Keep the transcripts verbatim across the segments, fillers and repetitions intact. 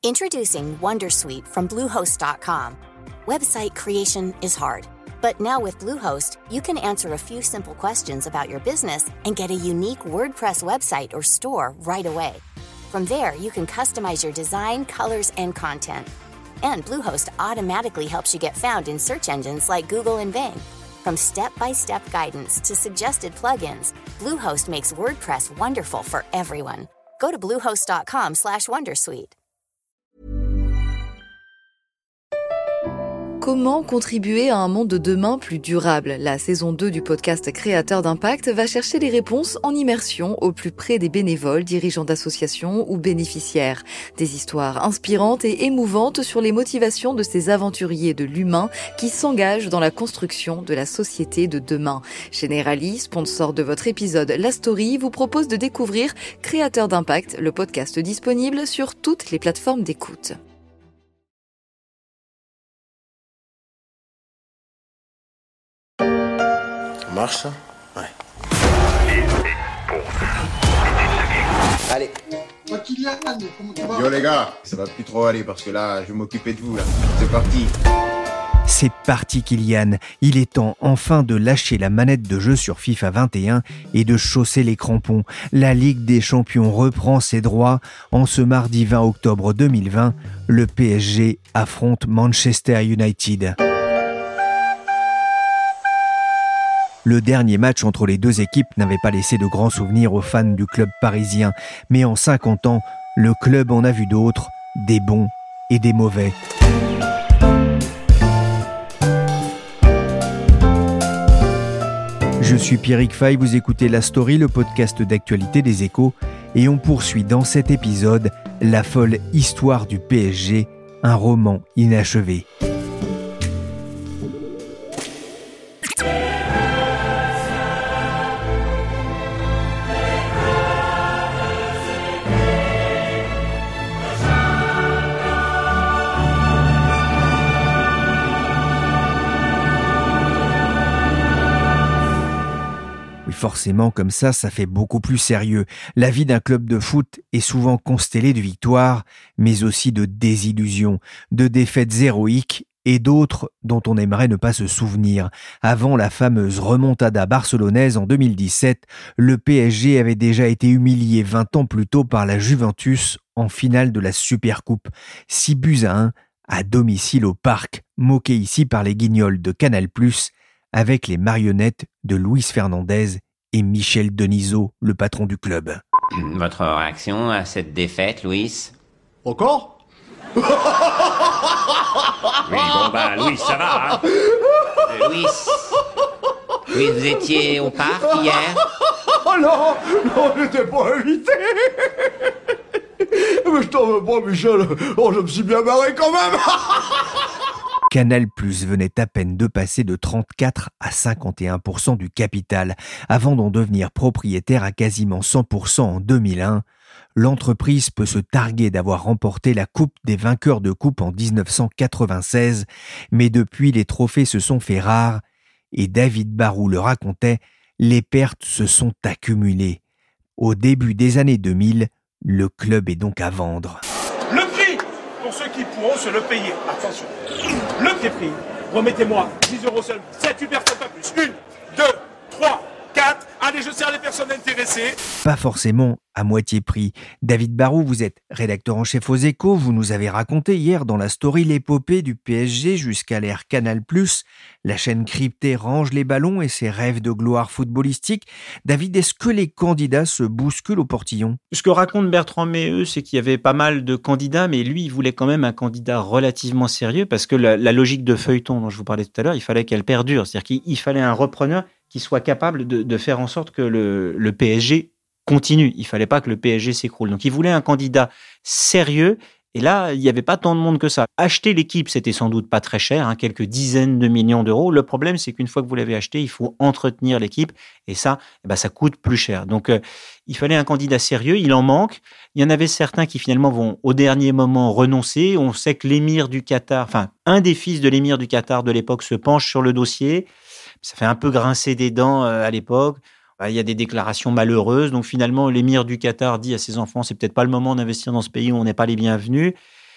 Introducing Wondersuite from Bluehost dot com. Website creation is hard, but now with Bluehost, you can answer a few simple questions about your business and get a unique WordPress website or store right away. From there, you can customize your design, colors, and content. And Bluehost automatically helps you get found in search engines like Google and Bing. From step-by-step guidance to suggested plugins, Bluehost makes WordPress wonderful for everyone. Go to bluehost dot com slash wondersuite. Comment contribuer à un monde de demain plus durable ? La saison deux du podcast Créateurs d'impact va chercher les réponses en immersion au plus près des bénévoles, dirigeants d'associations ou bénéficiaires. Des histoires inspirantes et émouvantes sur les motivations de ces aventuriers de l'humain qui s'engagent dans la construction de la société de demain. Generali, sponsor de votre épisode La Story, vous propose de découvrir Créateurs d'impact, le podcast disponible sur toutes les plateformes d'écoute. Marche ça ? Ouais. Allez. Moi, Kylian, comment tu vas ? Yo les gars, ça va plus trop aller parce que là, je vais m'occuper de vous là. C'est parti. C'est parti Kylian, il est temps enfin de lâcher la manette de jeu sur FIFA vingt et un et de chausser les crampons. La Ligue des Champions reprend ses droits. En ce mardi vingt octobre deux mille vingt, le P S G affronte Manchester United. Le dernier match entre les deux équipes n'avait pas laissé de grands souvenirs aux fans du club parisien. Mais en cinquante ans, le club en a vu d'autres, des bons et des mauvais. Je suis Pierrick Fay, vous écoutez La Story, le podcast d'actualité des Échos, et on poursuit dans cet épisode la folle histoire du P S G, un roman inachevé. Forcément, comme ça, ça fait beaucoup plus sérieux. La vie d'un club de foot est souvent constellée de victoires, mais aussi de désillusions, de défaites héroïques et d'autres dont on aimerait ne pas se souvenir. Avant la fameuse remontada barcelonaise en deux mille dix-sept, le P S G avait déjà été humilié vingt ans plus tôt par la Juventus en finale de la Supercoupe. six buts à un à domicile au Parc, moqué ici par les guignols de Canal plus, avec les marionnettes de Luis Fernandez et Michel Denisot, le patron du club. Votre réaction à cette défaite, Louis ? Encore ? Oui, bon bah, Louis, ça va, hein ? euh, Louis, Louis, vous étiez au parc hier ? Oh non, non, j'étais pas invité. Mais je t'en veux pas, Michel. Oh, je me suis bien barré quand même. Canal plus venait à peine de passer de trente-quatre à cinquante et un pour cent du capital, avant d'en devenir propriétaire à quasiment cent pour cent en deux mille un. L'entreprise peut se targuer d'avoir remporté la Coupe des vainqueurs de coupe en dix-neuf cent quatre-vingt-seize, mais depuis les trophées se sont fait rares, et David Barrou le racontait, les pertes se sont accumulées. Au début des années deux mille, le club est donc à vendre. Le prix, pour ceux qui pourront se le payer, attention, le prix prix, remettez-moi dix euros seulement, c'est une personne pas plus, une, deux, trois, quatre, allez je sers les personnes intéressées. Pas forcément à moitié prix. David Barrou, vous êtes rédacteur en chef aux Échos, vous nous avez raconté hier dans la story l'épopée du P S G jusqu'à l'ère Canal plus, la chaîne cryptée range les ballons et ses rêves de gloire footballistique. David, est-ce que les candidats se bousculent au portillon ? Ce que raconte Bertrand Méheux, c'est qu'il y avait pas mal de candidats, mais lui, il voulait quand même un candidat relativement sérieux parce que la, la logique de feuilleton dont je vous parlais tout à l'heure, il fallait qu'elle perdure. C'est-à-dire qu'il il fallait un repreneur qui soit capable de, de faire en sorte que le, le P S G continue. Il fallait pas que le P S G s'écroule. Donc, il voulait un candidat sérieux. Et là, il n'y avait pas tant de monde que ça. Acheter l'équipe, c'était sans doute pas très cher, hein, quelques dizaines de millions d'euros. Le problème, c'est qu'une fois que vous l'avez acheté, il faut entretenir l'équipe. Et ça, eh ben, ça coûte plus cher. Donc, euh, il fallait un candidat sérieux. Il en manque. Il y en avait certains qui, finalement, vont au dernier moment renoncer. On sait que l'émir du Qatar, enfin, un des fils de l'émir du Qatar de l'époque se penche sur le dossier. Ça fait un peu grincer des dents euh, à l'époque. Il y a des déclarations malheureuses. Donc finalement, l'émir du Qatar dit à ses enfants, c'est peut-être pas le moment d'investir dans ce pays où on n'est pas les bienvenus.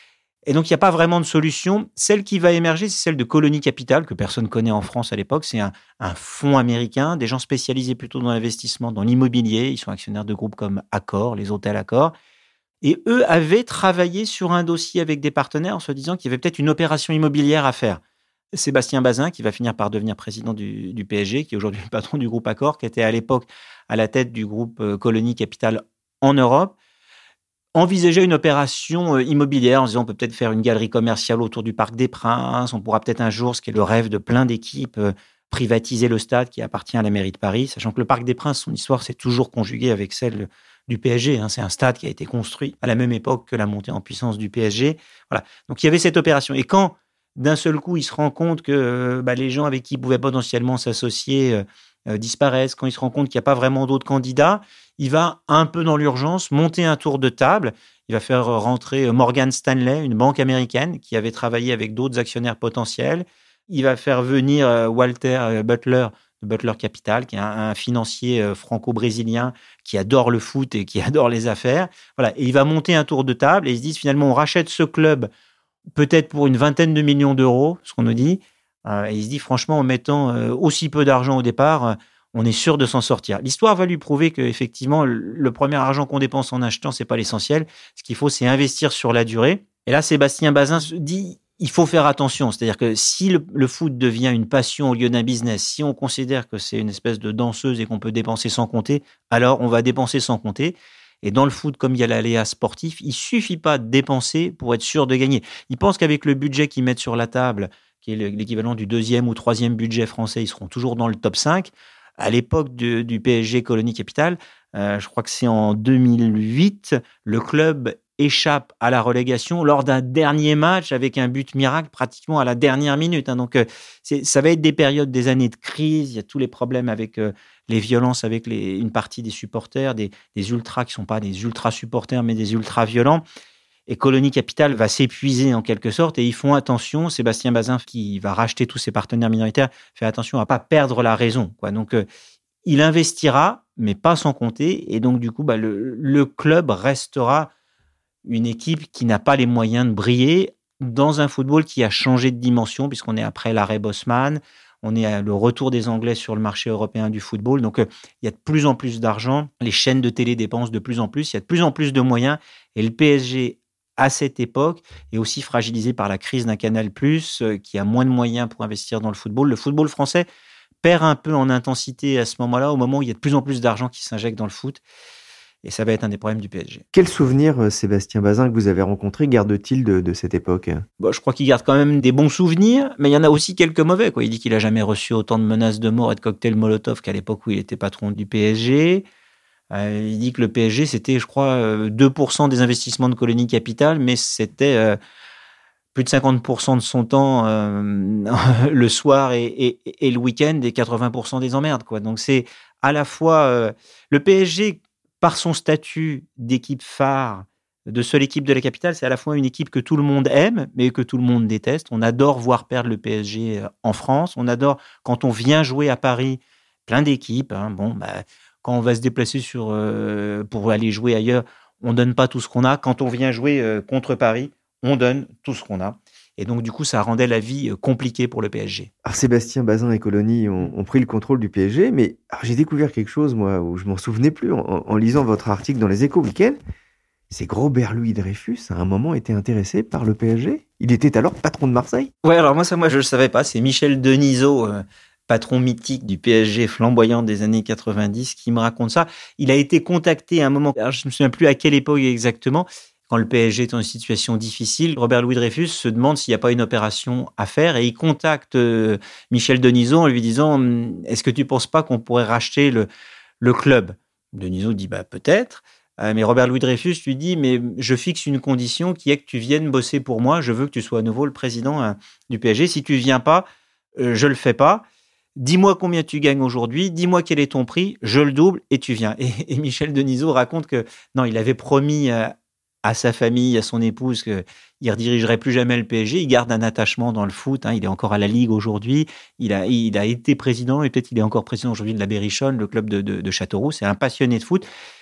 Et donc, il n'y a pas vraiment de solution. Celle qui va émerger, c'est celle de Colony Capital, que personne ne connaît en France à l'époque. C'est un, un fonds américain, des gens spécialisés plutôt dans l'investissement, dans l'immobilier. Ils sont actionnaires de groupes comme Accor, les hôtels Accor. Et eux avaient travaillé sur un dossier avec des partenaires en se disant qu'il y avait peut-être une opération immobilière à faire. Sébastien Bazin, qui va finir par devenir président du, du P S G, qui est aujourd'hui le patron du groupe Accor, qui était à l'époque à la tête du groupe Colony Capital en Europe, envisageait une opération immobilière en disant on peut peut-être faire une galerie commerciale autour du Parc des Princes, on pourra peut-être un jour, ce qui est le rêve de plein d'équipes, privatiser le stade qui appartient à la mairie de Paris, sachant que le Parc des Princes, son histoire s'est toujours conjuguée avec celle du P S G. Hein. C'est un stade qui a été construit à la même époque que la montée en puissance du P S G. Voilà. Donc il y avait cette opération. Et quand d'un seul coup, il se rend compte que bah, les gens avec qui il pouvait potentiellement s'associer euh, euh, disparaissent, quand il se rend compte qu'il n'y a pas vraiment d'autres candidats, il va un peu dans l'urgence monter un tour de table. Il va faire rentrer Morgan Stanley, une banque américaine qui avait travaillé avec d'autres actionnaires potentiels. Il va faire venir Walter Butler de Butler Capital, qui est un, un financier franco-brésilien qui adore le foot et qui adore les affaires. Voilà. Et il va monter un tour de table et ils se disent finalement on rachète ce club peut-être pour une vingtaine de millions d'euros, ce qu'on nous dit. Euh, et il se dit, franchement, en mettant euh, aussi peu d'argent au départ, euh, on est sûr de s'en sortir. L'histoire va lui prouver qu'effectivement, le, le premier argent qu'on dépense en achetant, c'est pas l'essentiel. Ce qu'il faut, c'est investir sur la durée. Et là, Sébastien Bazin se dit, il faut faire attention. C'est-à-dire que si le, le foot devient une passion au lieu d'un business, si on considère que c'est une espèce de danseuse et qu'on peut dépenser sans compter, alors on va dépenser sans compter. Et dans le foot, comme il y a l'aléa sportif, il suffit pas de dépenser pour être sûr de gagner. Ils pensent qu'avec le budget qu'ils mettent sur la table, qui est l'équivalent du deuxième ou troisième budget français, ils seront toujours dans le top cinq. À l'époque de, du P S G Colony Capital, euh, je crois que c'est en deux mille huit, le club échappe à la relégation lors d'un dernier match avec un but miracle pratiquement à la dernière minute. Hein. Donc, euh, c'est, ça va être des périodes, des années de crise. Il y a tous les problèmes avec euh, les violences avec les, une partie des supporters, des, des ultras qui ne sont pas des ultra-supporters, mais des ultra-violents. Et Colony Capital va s'épuiser en quelque sorte et ils font attention. Sébastien Bazin, qui va racheter tous ses partenaires minoritaires, fait attention à ne pas perdre la raison, quoi. Donc, euh, il investira, mais pas sans compter. Et donc, du coup, bah, le, le club restera une équipe qui n'a pas les moyens de briller dans un football qui a changé de dimension, puisqu'on est après l'arrêt Bosman, on est à le retour des Anglais sur le marché européen du football. Donc, euh, il y a de plus en plus d'argent. Les chaînes de télé dépensent de plus en plus. Il y a de plus en plus de moyens. Et le P S G, à cette époque, est aussi fragilisé par la crise d'un Canal+, euh, qui a moins de moyens pour investir dans le football. Le football français perd un peu en intensité à ce moment-là, au moment où il y a de plus en plus d'argent qui s'injecte dans le foot. Et ça va être un des problèmes du P S G. Quel souvenir, Sébastien Bazin, que vous avez rencontré, garde-t-il de, de cette époque ? Bon, je crois qu'il garde quand même des bons souvenirs, mais il y en a aussi quelques mauvais, quoi. Il dit qu'il n'a jamais reçu autant de menaces de mort et de cocktails Molotov qu'à l'époque où il était patron du P S G. Euh, il dit que le P S G, c'était, je crois, deux pour cent des investissements de Colony Capital, mais c'était euh, plus de cinquante pour cent de son temps euh, le soir et, et, et le week-end et quatre-vingts pour cent des emmerdes, quoi. Donc c'est à la fois... Euh, le P S G... par son statut d'équipe phare, de seule équipe de la capitale, c'est à la fois une équipe que tout le monde aime, mais que tout le monde déteste. On adore voir perdre le P S G en France. On adore, quand on vient jouer à Paris, plein d'équipes. Hein, bon, bah, quand on va se déplacer sur, euh, pour aller jouer ailleurs, on ne donne pas tout ce qu'on a. Quand on vient jouer euh, contre Paris, on donne tout ce qu'on a. Et donc, du coup, ça rendait la vie compliquée pour le P S G. Alors, Sébastien Bazin et Colony ont, ont pris le contrôle du P S G, mais alors, j'ai découvert quelque chose, moi, où je m'en souvenais plus en, en lisant votre article dans les Échos Week-end. C'est que Robert Louis Dreyfus, à un moment, était intéressé par le P S G. Il était alors patron de Marseille. Ouais, alors moi, ça, moi, je le savais pas. C'est Michel Denisot, euh, patron mythique du P S G flamboyant des années quatre-vingt-dix, qui me raconte ça. Il a été contacté à un moment, alors je ne me souviens plus à quelle époque exactement, quand le P S G est en situation difficile, Robert Louis Dreyfus se demande s'il n'y a pas une opération à faire et il contacte euh, Michel Denisot en lui disant « Est-ce que tu ne penses pas qu'on pourrait racheter le, le club ?» Denisot dit bah, « Peut-être euh, ». Mais Robert Louis Dreyfus lui dit « Mais je fixe une condition qui est que tu viennes bosser pour moi. Je veux que tu sois à nouveau le président euh, du P S G. Si tu ne viens pas, euh, je ne le fais pas. Dis-moi combien tu gagnes aujourd'hui, dis-moi quel est ton prix, je le double et tu viens. » Et, et Michel Denisot raconte que non, il avait promis euh, à sa famille, à son épouse, qu'il ne redirigerait plus jamais le P S G. Il garde un attachement dans le foot. Hein. Il est encore à la Ligue aujourd'hui. Il a, il a été président et peut-être il est encore président aujourd'hui de la Berrichonne, le club de, de, de Châteauroux. C'est un passionné de foot.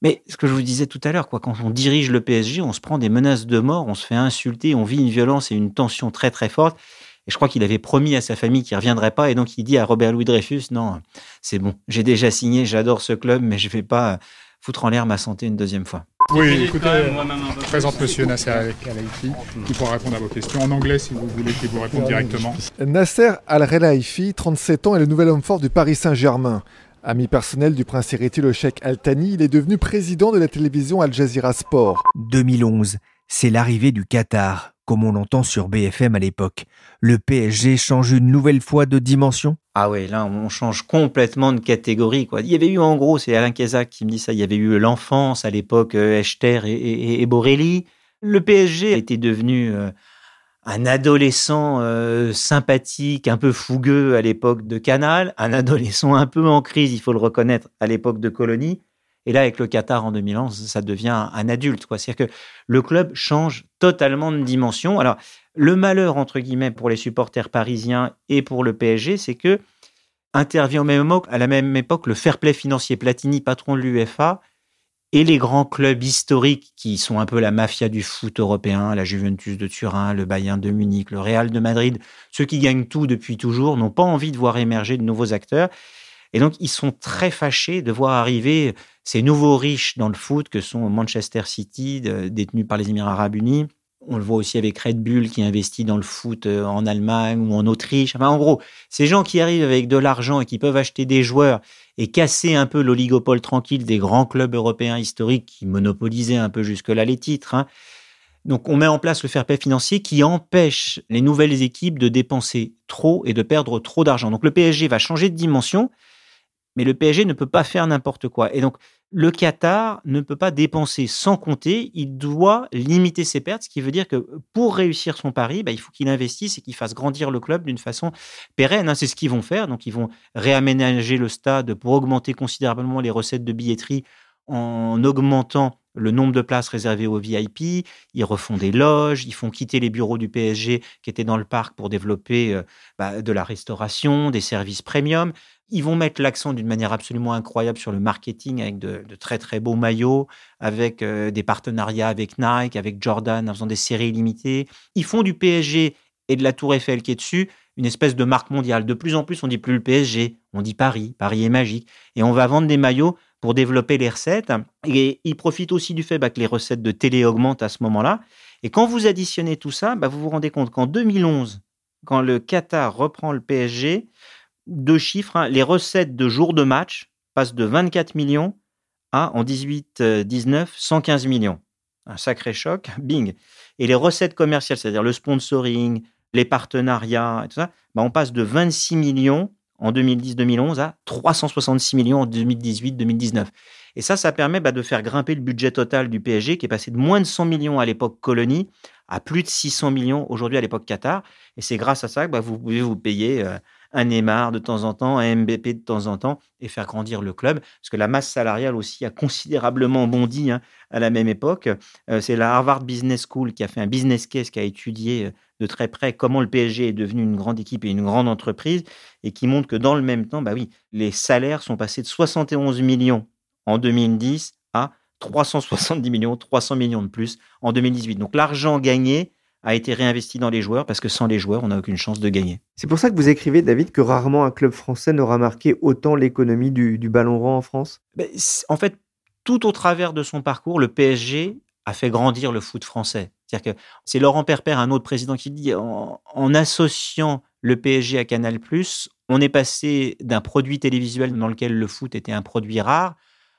Mais ce que je vous disais tout à l'heure, quoi, quand on dirige le P S G, on se prend des menaces de mort, on se fait insulter, on vit une violence et une tension très très forte. Et je crois qu'il avait promis à sa famille qu'il ne reviendrait pas. Et donc, il dit à Robert Louis Dreyfus, non, c'est bon, j'ai déjà signé, j'adore ce club, mais je ne vais pas foutre en l'air ma santé une deuxième fois. Oui, écoutez, je présente monsieur Nasser Al-Khelaifi, qui pourra répondre à vos questions en anglais si vous voulez qu'il vous réponde directement. Nasser Al-Khelaifi, trente-sept ans, est le nouvel homme fort du Paris Saint-Germain. Ami personnel du prince héritier le cheikh Al Thani, il est devenu président de la télévision Al Jazeera Sport. deux mille onze, c'est l'arrivée du Qatar, comme on l'entend sur B F M à l'époque. Le P S G change une nouvelle fois de dimension. Ah oui, là, on change complètement de catégorie, quoi. Il y avait eu, en gros, c'est Alain Cazac qui me dit ça, il y avait eu l'enfance à l'époque, Echter et, et, et Borelli. Le P S G était devenu euh, un adolescent euh, sympathique, un peu fougueux à l'époque de Canal, un adolescent un peu en crise, il faut le reconnaître, à l'époque de Colony. Et là, avec le Qatar en deux mille onze, ça devient un adulte, quoi. C'est-à-dire que le club change totalement de dimension. Alors, le malheur, entre guillemets, pour les supporters parisiens et pour le P S G, c'est que intervient au même moment, à la même époque le fair play financier. Platini, patron de l'U F A, et les grands clubs historiques qui sont un peu la mafia du foot européen, la Juventus de Turin, le Bayern de Munich, le Real de Madrid, ceux qui gagnent tout depuis toujours, n'ont pas envie de voir émerger de nouveaux acteurs. Et donc, ils sont très fâchés de voir arriver ces nouveaux riches dans le foot que sont Manchester City, détenus par les Émirats Arabes Unis. On le voit aussi avec Red Bull qui investit dans le foot en Allemagne ou en Autriche. Enfin, en gros, ces gens qui arrivent avec de l'argent et qui peuvent acheter des joueurs et casser un peu l'oligopole tranquille des grands clubs européens historiques qui monopolisaient un peu jusque-là les titres. Hein. Donc, on met en place le fair play financier qui empêche les nouvelles équipes de dépenser trop et de perdre trop d'argent. Donc, le P S G va changer de dimension, mais le P S G ne peut pas faire n'importe quoi. Et donc, le Qatar ne peut pas dépenser sans compter, il doit limiter ses pertes, ce qui veut dire que pour réussir son pari, bah, il faut qu'il investisse et qu'il fasse grandir le club d'une façon pérenne. Hein. C'est ce qu'ils vont faire. Donc, ils vont réaménager le stade pour augmenter considérablement les recettes de billetterie en augmentant le nombre de places réservées aux V I P. Ils refont des loges, ils font quitter les bureaux du P S G qui étaient dans le parc pour développer euh, bah, de la restauration, des services premium. Ils vont mettre l'accent d'une manière absolument incroyable sur le marketing avec de, de très très beaux maillots, avec euh, des partenariats avec Nike, avec Jordan, en faisant des séries limitées. Ils font du P S G et de la Tour Eiffel qui est dessus une espèce de marque mondiale. De plus en plus, on ne dit plus le P S G, on dit Paris. Paris est magique. Et on va vendre des maillots pour développer les recettes. Et ils profitent aussi du fait bah, que les recettes de télé augmentent à ce moment-là. Et quand vous additionnez tout ça, bah, vous vous rendez compte qu'en deux mille onze, quand le Qatar reprend le P S G, deux chiffres, hein, les recettes de jour de match passent de vingt-quatre millions à, en dix-huit dix-neuf, cent quinze millions. Un sacré choc, bing. Et les recettes commerciales, c'est-à-dire le sponsoring, les partenariats, et tout ça, bah, on passe de vingt-six millions en deux mille dix deux mille onze à trois cent soixante-six millions en deux mille dix-huit deux mille dix-neuf. Et ça, ça permet bah, de faire grimper le budget total du P S G qui est passé de moins de cent millions à l'époque Colony à plus de six cents millions aujourd'hui à l'époque Qatar. Et c'est grâce à ça que bah, vous pouvez vous payer euh, un Neymar de temps en temps, un M B P de temps en temps et faire grandir le club. Parce que la masse salariale aussi a considérablement bondi hein, à la même époque. Euh, c'est la Harvard Business School qui a fait un business case qui a étudié de très près comment le P S G est devenu une grande équipe et une grande entreprise et qui montre que dans le même temps, bah oui, les salaires sont passés de soixante et onze millions en deux mille dix à trois cent soixante-dix millions, trois cents millions de plus en deux mille dix-huit. Donc l'argent gagné a été réinvesti dans les joueurs parce que sans les joueurs, on n'a aucune chance de gagner. C'est pour ça que vous écrivez, David, que rarement un club français n'aura marqué autant l'économie du, du ballon rond en France. Ben, en fait, tout au travers de son parcours, le P S G a fait grandir le foot français. C'est-à-dire que c'est Laurent Perper, un autre président, qui dit en, en associant le P S G à Canal+, on est passé d'un produit télévisuel dans lequel le foot était un produit rare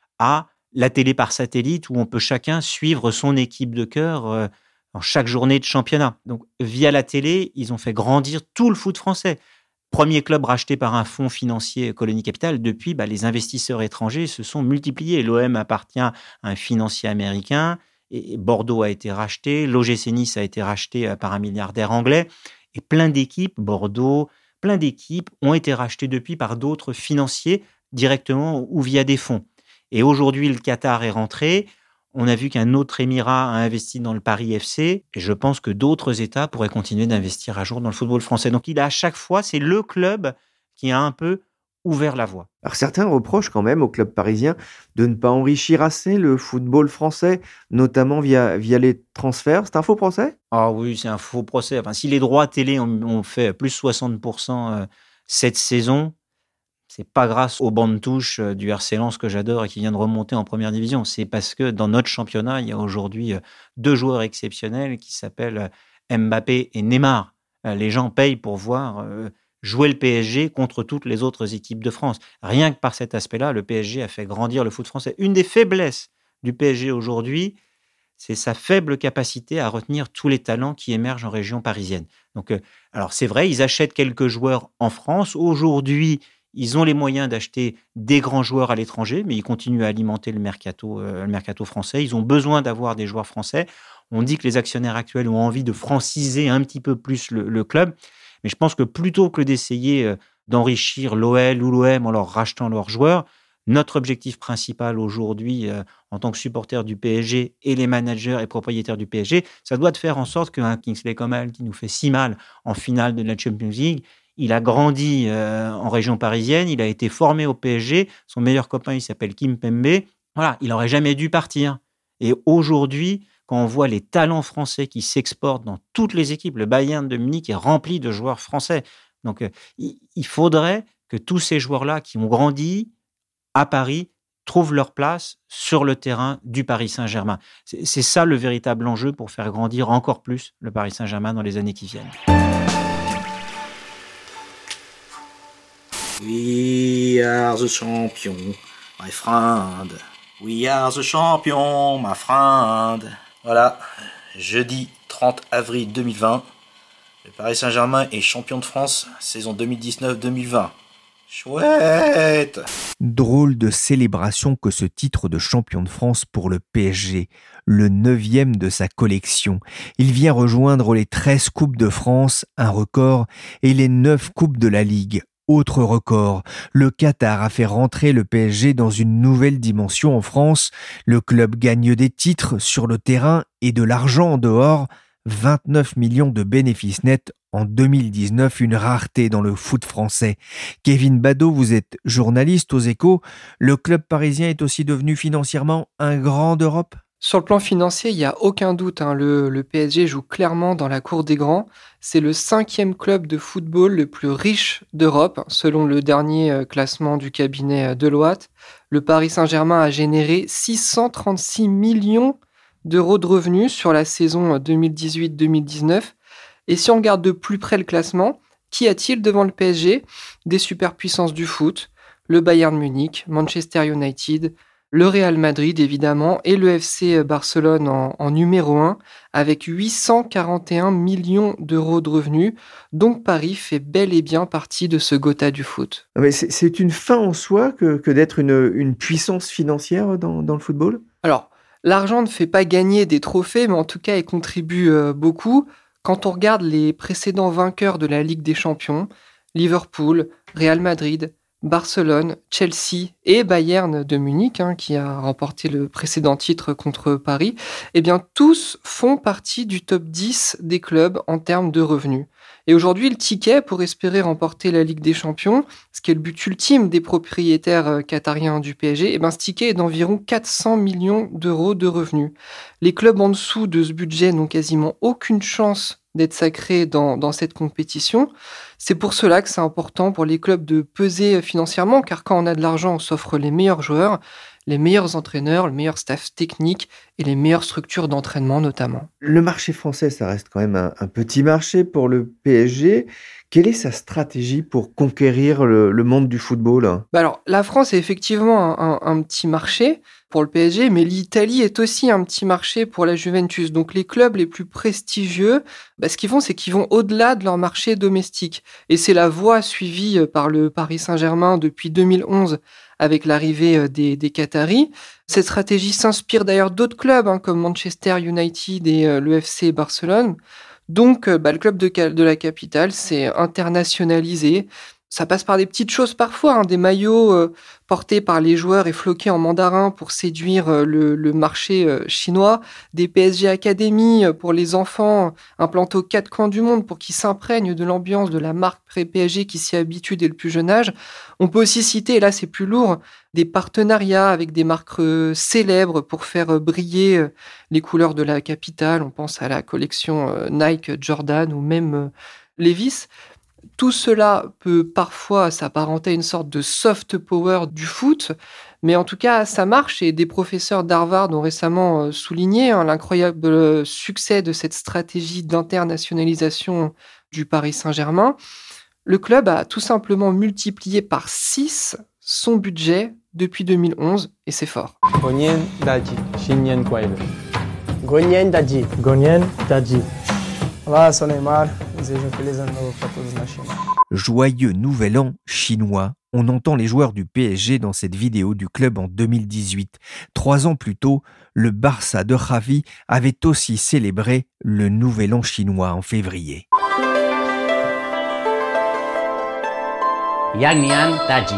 à la télé par satellite où on peut chacun suivre son équipe de cœur euh, en chaque journée de championnat. Donc, via la télé, ils ont fait grandir tout le foot français. Premier club racheté par un fonds financier Colony Capital. Depuis, bah, les investisseurs étrangers se sont multipliés. L'O M appartient à un financier américain. Et Bordeaux a été racheté. L'O G C Nice a été racheté par un milliardaire anglais. Et plein d'équipes, Bordeaux, plein d'équipes ont été rachetées depuis par d'autres financiers directement ou via des fonds. Et aujourd'hui, le Qatar est rentré. On a vu qu'un autre émirat a investi dans le Paris F C. Et je pense que d'autres États pourraient continuer d'investir à jour dans le football français. Donc, il a à chaque fois, c'est le club qui a un peu ouvert la voie. Alors certains reprochent quand même au club parisien de ne pas enrichir assez le football français, notamment via, via les transferts. C'est un faux procès ? Ah oui, c'est un faux procès. Enfin, si les droits télé ont, ont fait plus soixante pour cent cette saison, c'est pas grâce aux bancs de touche du R C Lens que j'adore et qui vient de remonter en première division. C'est parce que dans notre championnat, il y a aujourd'hui deux joueurs exceptionnels qui s'appellent Mbappé et Neymar. Les gens payent pour voir jouer le P S G contre toutes les autres équipes de France. Rien que par cet aspect-là, le P S G a fait grandir le foot français. Une des faiblesses du P S G aujourd'hui, c'est sa faible capacité à retenir tous les talents qui émergent en région parisienne. Donc, euh, alors c'est vrai, ils achètent quelques joueurs en France. Aujourd'hui, ils ont les moyens d'acheter des grands joueurs à l'étranger, mais ils continuent à alimenter le mercato, euh, le mercato français. Ils ont besoin d'avoir des joueurs français. On dit que les actionnaires actuels ont envie de franciser un petit peu plus le, le club. Mais je pense que plutôt que d'essayer d'enrichir l'O L ou l'O M en leur rachetant leurs joueurs, notre objectif principal aujourd'hui, euh, en tant que supporter du P S G et les managers et propriétaires du P S G, ça doit de faire en sorte qu'un Kingsley Coman qui nous fait si mal en finale de la Champions League, il a grandi euh, en région parisienne, il a été formé au P S G, son meilleur copain, il s'appelle Kimpembe. Voilà, il n'aurait jamais dû partir. Et aujourd'hui, quand on voit les talents français qui s'exportent dans toutes les équipes, le Bayern de Munich est rempli de joueurs français. Donc, euh, il faudrait que tous ces joueurs-là qui ont grandi à Paris trouvent leur place sur le terrain du Paris Saint-Germain. C'est, c'est ça le véritable enjeu pour faire grandir encore plus le Paris Saint-Germain dans les années qui viennent. We are the champion, my friend. We are the champion, my friend. Voilà, jeudi trente avril deux mille vingt, le Paris Saint-Germain est champion de France, saison deux mille dix-neuf deux mille vingt. Chouette! Drôle de célébration que ce titre de champion de France pour le P S G, le neuvième de sa collection. Il vient rejoindre les treize Coupes de France, un record, et les neuf Coupes de la Ligue. Autre record, le Qatar a fait rentrer le P S G dans une nouvelle dimension en France. Le club gagne des titres sur le terrain et de l'argent en dehors. vingt-neuf millions de bénéfices nets en deux mille dix-neuf, une rareté dans le foot français. Kevin Badeau, vous êtes journaliste aux Échos. Le club parisien est aussi devenu financièrement un grand d'Europe ? Sur le plan financier, il n'y a aucun doute. Hein. Le, le P S G joue clairement dans la cour des grands. C'est le cinquième club de football le plus riche d'Europe, selon le dernier classement du cabinet Deloitte. Le Paris Saint-Germain a généré six cent trente-six millions d'euros de revenus sur la saison deux mille dix-huit deux mille dix-neuf. Et si on regarde de plus près le classement, qu'y a-t-il devant le P S G ? Des superpuissances du foot, le Bayern Munich, Manchester United, le Real Madrid évidemment et le F C Barcelone en, en numéro un avec huit cent quarante et un millions d'euros de revenus. Donc Paris fait bel et bien partie de ce Gotha du foot. Mais c'est, c'est une fin en soi que, que d'être une, une puissance financière dans, dans le football ? Alors, l'argent ne fait pas gagner des trophées, mais en tout cas, il contribue euh, beaucoup. Quand on regarde les précédents vainqueurs de la Ligue des Champions, Liverpool, Real Madrid, Barcelone, Chelsea et Bayern de Munich, hein, qui a remporté le précédent titre contre Paris, eh bien tous font partie du top dix des clubs en termes de revenus. Et aujourd'hui, le ticket pour espérer remporter la Ligue des Champions, ce qui est le but ultime des propriétaires qatariens du P S G, eh bien ce ticket est d'environ quatre cents millions d'euros de revenus. Les clubs en dessous de ce budget n'ont quasiment aucune chance d'être sacrés dans, dans cette compétition. C'est pour cela que c'est important pour les clubs de peser financièrement, car quand on a de l'argent, on s'offre les meilleurs joueurs, les meilleurs entraîneurs, le meilleur staff technique et les meilleures structures d'entraînement notamment. Le marché français, ça reste quand même un, un petit marché pour le P S G. Quelle est sa stratégie pour conquérir le, le monde du football ? Bah alors, la France est effectivement un, un, un petit marché pour le P S G, mais l'Italie est aussi un petit marché pour la Juventus. Donc les clubs les plus prestigieux, bah, ce qu'ils font, c'est qu'ils vont au-delà de leur marché domestique. Et c'est la voie suivie par le Paris Saint-Germain depuis deux mille onze avec l'arrivée des, des Qataris. Cette stratégie s'inspire d'ailleurs d'autres clubs, hein, comme Manchester United et euh, le F C Barcelone. Donc, bah, le club de, de la capitale s'est internationalisé Ça passe par des petites choses parfois, hein, des maillots euh, portés par les joueurs et floqués en mandarin pour séduire euh, le, le marché euh, chinois, des P S G Academy pour les enfants implantés aux quatre coins du monde pour qu'ils s'imprègnent de l'ambiance de la marque pré-P S G qui s'y habitue dès le plus jeune âge. On peut aussi citer, et là c'est plus lourd, des partenariats avec des marques euh, célèbres pour faire euh, briller euh, les couleurs de la capitale. On pense à la collection euh, Nike, Jordan ou même euh, Levi's. Tout cela peut parfois s'apparenter à une sorte de soft power du foot, mais en tout cas, ça marche et des professeurs d'Harvard ont récemment souligné hein, l'incroyable succès de cette stratégie d'internationalisation du Paris Saint-Germain. Le club a tout simplement multiplié par six son budget depuis deux mille onze et c'est fort. Gonien Daji, Shinyan Kwaile. Gonien Daji, Gonien Daji. Olá, sou Neymar. Desejo um feliz ano novo para todos na Chine. Joyeux nouvel an chinois. On entend les joueurs du P S G dans cette vidéo du club en deux mille dix-huit. Trois ans plus tôt, le Barça de Xavi avait aussi célébré le nouvel an chinois en février. Yang Nian Daji.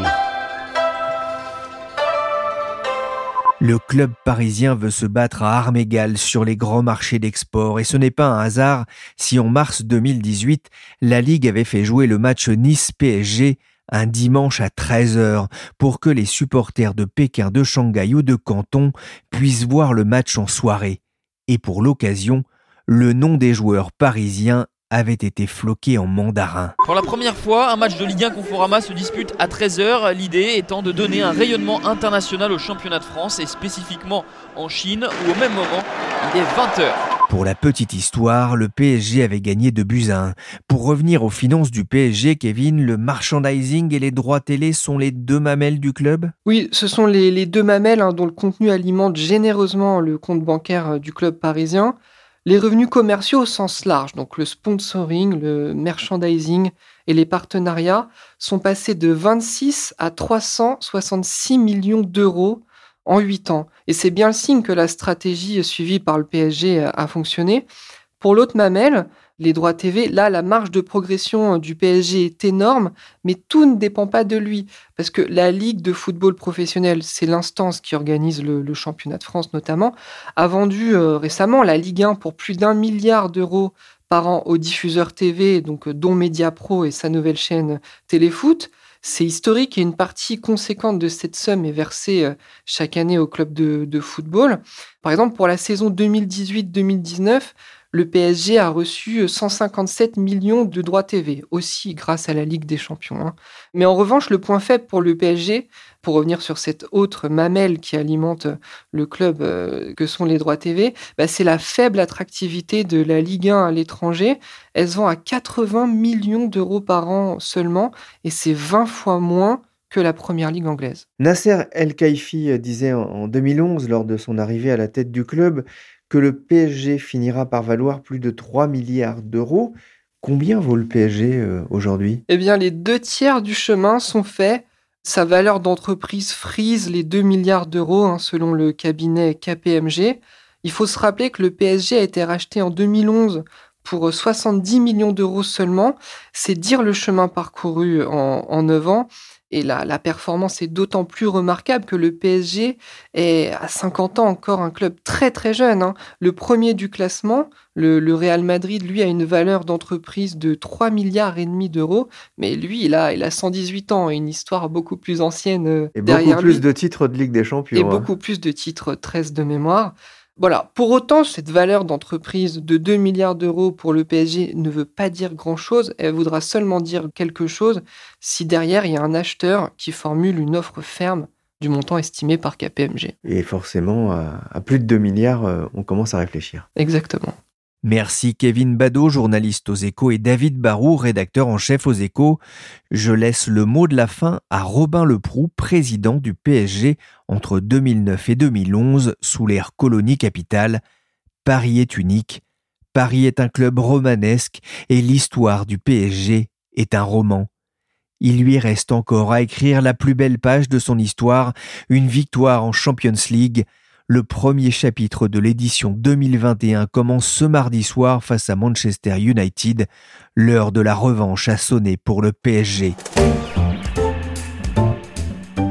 Le club parisien veut se battre à armes égales sur les grands marchés d'export et ce n'est pas un hasard si en mars deux mille dix-huit, la Ligue avait fait jouer le match Nice-P S G un dimanche à treize heures pour que les supporters de Pékin, de Shanghai ou de Canton puissent voir le match en soirée. Et pour l'occasion, le nom des joueurs parisiens avait été floqué en mandarin. Pour la première fois, un match de Ligue un Conforama se dispute à treize heures, l'idée étant de donner un rayonnement international au championnat de France et spécifiquement en Chine où au même moment, il est vingt heures. Pour la petite histoire, le P S G avait gagné deux buts à un. Pour revenir aux finances du P S G, Kevin, le merchandising et les droits télé sont les deux mamelles du club ? Oui, ce sont les, les deux mamelles hein, dont le contenu alimente généreusement le compte bancaire du club parisien. Les revenus commerciaux au sens large, donc le sponsoring, le merchandising et les partenariats, sont passés de vingt-six à trois cent soixante-six millions d'euros en huit ans. Et c'est bien le signe que la stratégie suivie par le P S G a fonctionné. Pour l'autre mamelle, les droits T V, là, la marge de progression du P S G est énorme, mais tout ne dépend pas de lui. Parce que la Ligue de football professionnel, c'est l'instance qui organise le, le championnat de France notamment, a vendu euh, récemment la Ligue un pour plus d'un milliard d'euros par an aux diffuseurs T V, donc dont Mediapro et sa nouvelle chaîne Téléfoot. C'est historique et une partie conséquente de cette somme est versée euh, chaque année au club de, de football. Par exemple, pour la saison deux mille dix-huit deux mille dix-neuf, le P S G a reçu cent cinquante-sept millions de droits T V, aussi grâce à la Ligue des Champions. Hein. Mais en revanche, le point faible pour le P S G, pour revenir sur cette autre mamelle qui alimente le club euh, que sont les droits T V, bah, c'est la faible attractivité de la Ligue un à l'étranger. Elle se vend à quatre-vingts millions d'euros par an seulement, et c'est vingt fois moins que la première ligue anglaise. Nasser El Khelaifi disait en deux mille onze, lors de son arrivée à la tête du club, que le P S G finira par valoir plus de trois milliards d'euros. Combien vaut le P S G euh, aujourd'hui ? Eh bien, les deux tiers du chemin sont faits. Sa valeur d'entreprise frise les deux milliards d'euros, hein, selon le cabinet K P M G. Il faut se rappeler que le P S G a été racheté en deux mille onze pour soixante-dix millions d'euros seulement. C'est dire le chemin parcouru en, en neuf ans. Et la, la performance est d'autant plus remarquable que le P S G est à cinquante ans encore un club très très jeune. Hein. Le premier du classement, le, le Real Madrid, lui, a une valeur d'entreprise de trois milliards et demi d'euros. Mais lui, il a, il a cent dix-huit ans et une histoire beaucoup plus ancienne et derrière lui. Et beaucoup plus de titres de Ligue des Champions. Et hein. beaucoup plus de titres, treize de mémoire. Voilà. Pour autant, cette valeur d'entreprise de deux milliards d'euros pour le P S G ne veut pas dire grand-chose. Elle voudra seulement dire quelque chose si derrière, il y a un acheteur qui formule une offre ferme du montant estimé par K P M G. Et forcément, à, à plus de deux milliards, on commence à réfléchir. Exactement. Merci Kevin Bado, journaliste aux Échos, et David Barou, rédacteur en chef aux Échos. Je laisse le mot de la fin à Robin Leproux, président du P S G entre deux mille neuf et deux mille onze, sous l'ère colonie capitale. Paris est unique, Paris est un club romanesque et l'histoire du P S G est un roman. Il lui reste encore à écrire la plus belle page de son histoire, une victoire en Champions League. Le premier chapitre de l'édition deux mille vingt et un commence ce mardi soir face à Manchester United. L'heure de la revanche a sonné pour le P S G.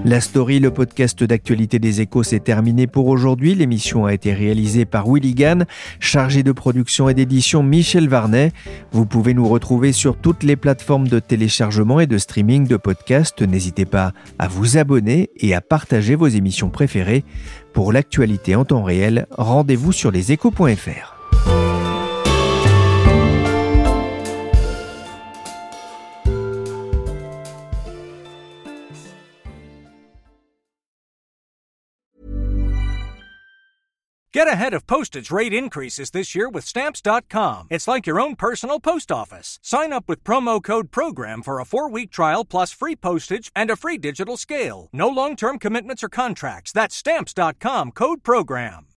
La Story, le podcast d'actualité des Échos, c'est terminé pour aujourd'hui. L'émission a été réalisée par Willy Gann, chargé de production et d'édition Michel Varnet. Vous pouvez nous retrouver sur toutes les plateformes de téléchargement et de streaming de podcasts. N'hésitez pas à vous abonner et à partager vos émissions préférées. Pour l'actualité en temps réel, rendez-vous sur leséchos point f r. Get ahead of postage rate increases this year with Stamps dot com. It's like your own personal post office. Sign up with promo code PROGRAM for a four-week trial plus free postage and a free digital scale. No long-term commitments or contracts. That's Stamps dot com, code PROGRAM.